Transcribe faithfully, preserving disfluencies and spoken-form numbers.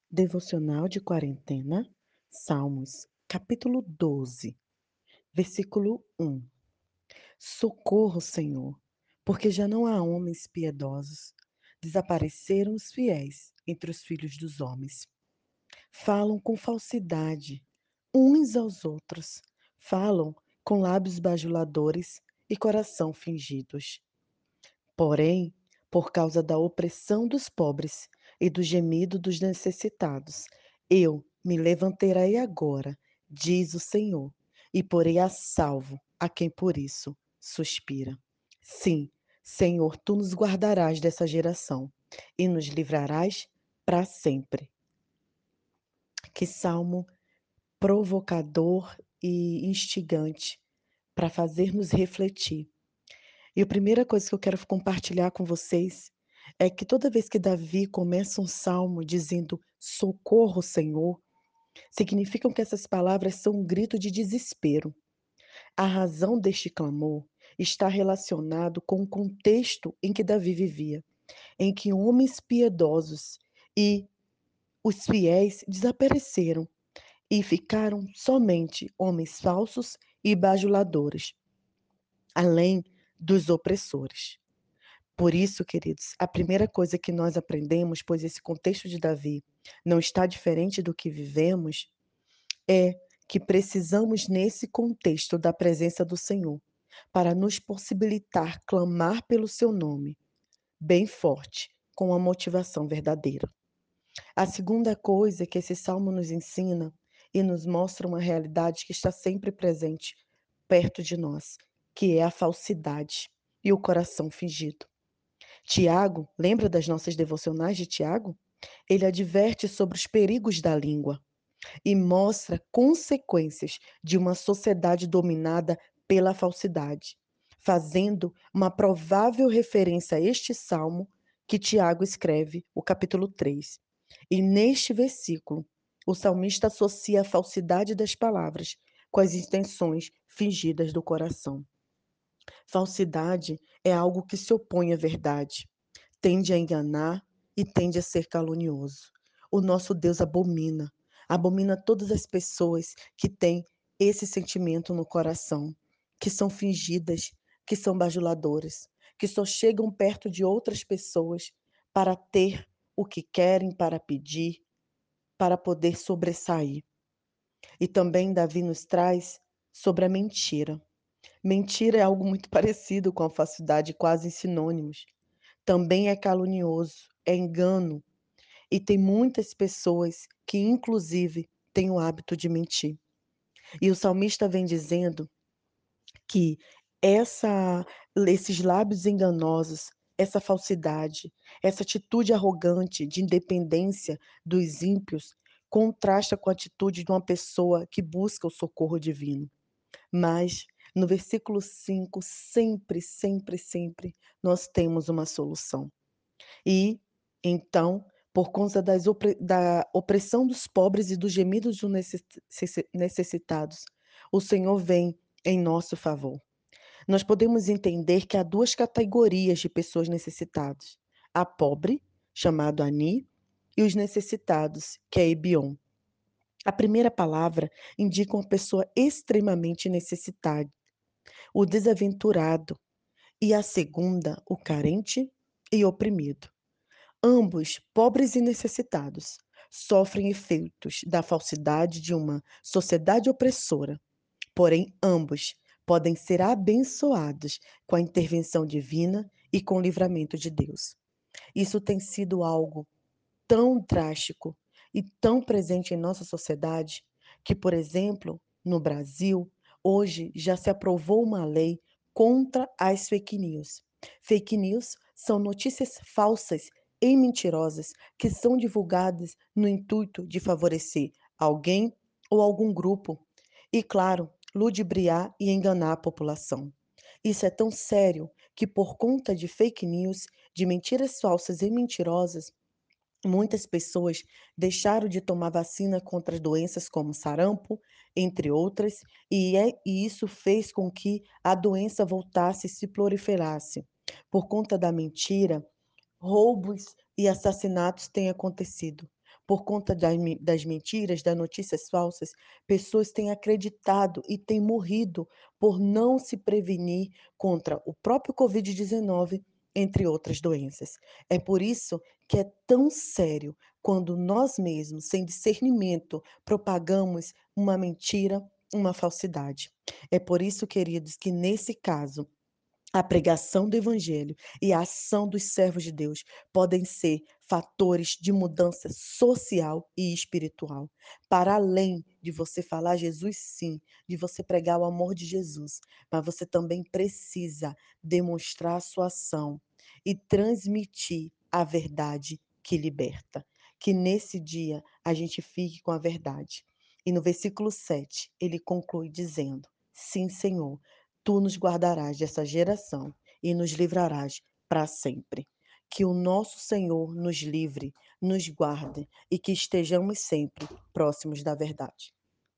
Devocional de quarentena, Salmos, capítulo doze, versículo um. Socorro, Senhor, porque já não há homens piedosos. Desapareceram os fiéis entre os filhos dos homens. Falam com falsidade uns aos outros. Falam com lábios bajuladores e coração fingidos. Porém, por causa da opressão dos pobres e do gemido dos necessitados, eu me levantarei agora, diz o Senhor, e porei a salvo a quem por isso suspira. Sim, Senhor, tu nos guardarás dessa geração e nos livrarás para sempre. Que salmo provocador e instigante para fazer-nos refletir. E a primeira coisa que eu quero compartilhar com vocês é que toda vez que Davi começa um salmo dizendo socorro, Senhor, significam que essas palavras são um grito de desespero. A razão deste clamor está relacionado com o contexto em que Davi vivia, em que homens piedosos e os fiéis desapareceram e ficaram somente homens falsos e bajuladores, além dos opressores. Por isso, queridos, a primeira coisa que nós aprendemos, pois esse contexto de Davi não está diferente do que vivemos, é que precisamos, nesse contexto, da presença do Senhor, para nos possibilitar clamar pelo seu nome, bem forte, com a motivação verdadeira. A segunda coisa que esse salmo nos ensina e nos mostra uma realidade que está sempre presente perto de nós, que é a falsidade e o coração fingido. Tiago, lembra das nossas devocionais de Tiago? Ele adverte sobre os perigos da língua e mostra consequências de uma sociedade dominada pela falsidade, fazendo uma provável referência a este salmo que Tiago escreve, o capítulo três. E neste versículo, o salmista associa a falsidade das palavras com as intenções fingidas do coração. Falsidade é algo que se opõe à verdade, tende a enganar e tende a ser calunioso. O nosso Deus abomina, abomina todas as pessoas que têm esse sentimento no coração, que são fingidas, que são bajuladoras, que só chegam perto de outras pessoas para ter o que querem, para pedir, para poder sobressair. E também Davi nos traz sobre a mentira. Mentira é algo muito parecido com a falsidade, quase sinônimos. Também é calunioso, é engano, e tem muitas pessoas que, inclusive, têm o hábito de mentir. E o salmista vem dizendo que essa, esses lábios enganosos, essa falsidade, essa atitude arrogante de independência dos ímpios, contrasta com a atitude de uma pessoa que busca o socorro divino. Mas no versículo cinco, sempre, sempre, sempre, nós temos uma solução. E, então, por conta das opre da opressão dos pobres e dos gemidos dos necessi necessitados, o Senhor vem em nosso favor. Nós podemos entender que há duas categorias de pessoas necessitadas: a pobre, chamado Ani, e os necessitados, que é Ebion. A primeira palavra indica uma pessoa extremamente necessitada, o desaventurado, e a segunda, o carente e oprimido. Ambos, pobres e necessitados, sofrem efeitos da falsidade de uma sociedade opressora, porém ambos podem ser abençoados com a intervenção divina e com o livramento de Deus. Isso tem sido algo tão drástico e tão presente em nossa sociedade que, por exemplo, no Brasil, hoje já se aprovou uma lei contra as fake news. Fake news são notícias falsas e mentirosas que são divulgadas no intuito de favorecer alguém ou algum grupo e, claro, ludibriar e enganar a população. Isso é tão sério que, por conta de fake news, de mentiras falsas e mentirosas, muitas pessoas deixaram de tomar vacina contra doenças como sarampo, entre outras, e, é, e isso fez com que a doença voltasse e se proliferasse. Por conta da mentira, roubos e assassinatos têm acontecido. Por conta da me das mentiras, das notícias falsas, pessoas têm acreditado e têm morrido por não se prevenir contra o próprio covid dezenove, entre outras doenças. É por isso que é tão sério quando nós mesmos, sem discernimento, propagamos uma mentira, uma falsidade. É por isso, queridos, que nesse caso, a pregação do evangelho e a ação dos servos de Deus podem ser fatores de mudança social e espiritual. Para além de você falar Jesus sim, de você pregar o amor de Jesus, mas você também precisa demonstrar a sua ação e transmitir a verdade que liberta. Que nesse dia a gente fique com a verdade. E no versículo sete, ele conclui dizendo: Sim, Senhor, tu nos guardarás dessa geração e nos livrarás para sempre. Que o nosso Senhor nos livre, nos guarde e que estejamos sempre próximos da verdade.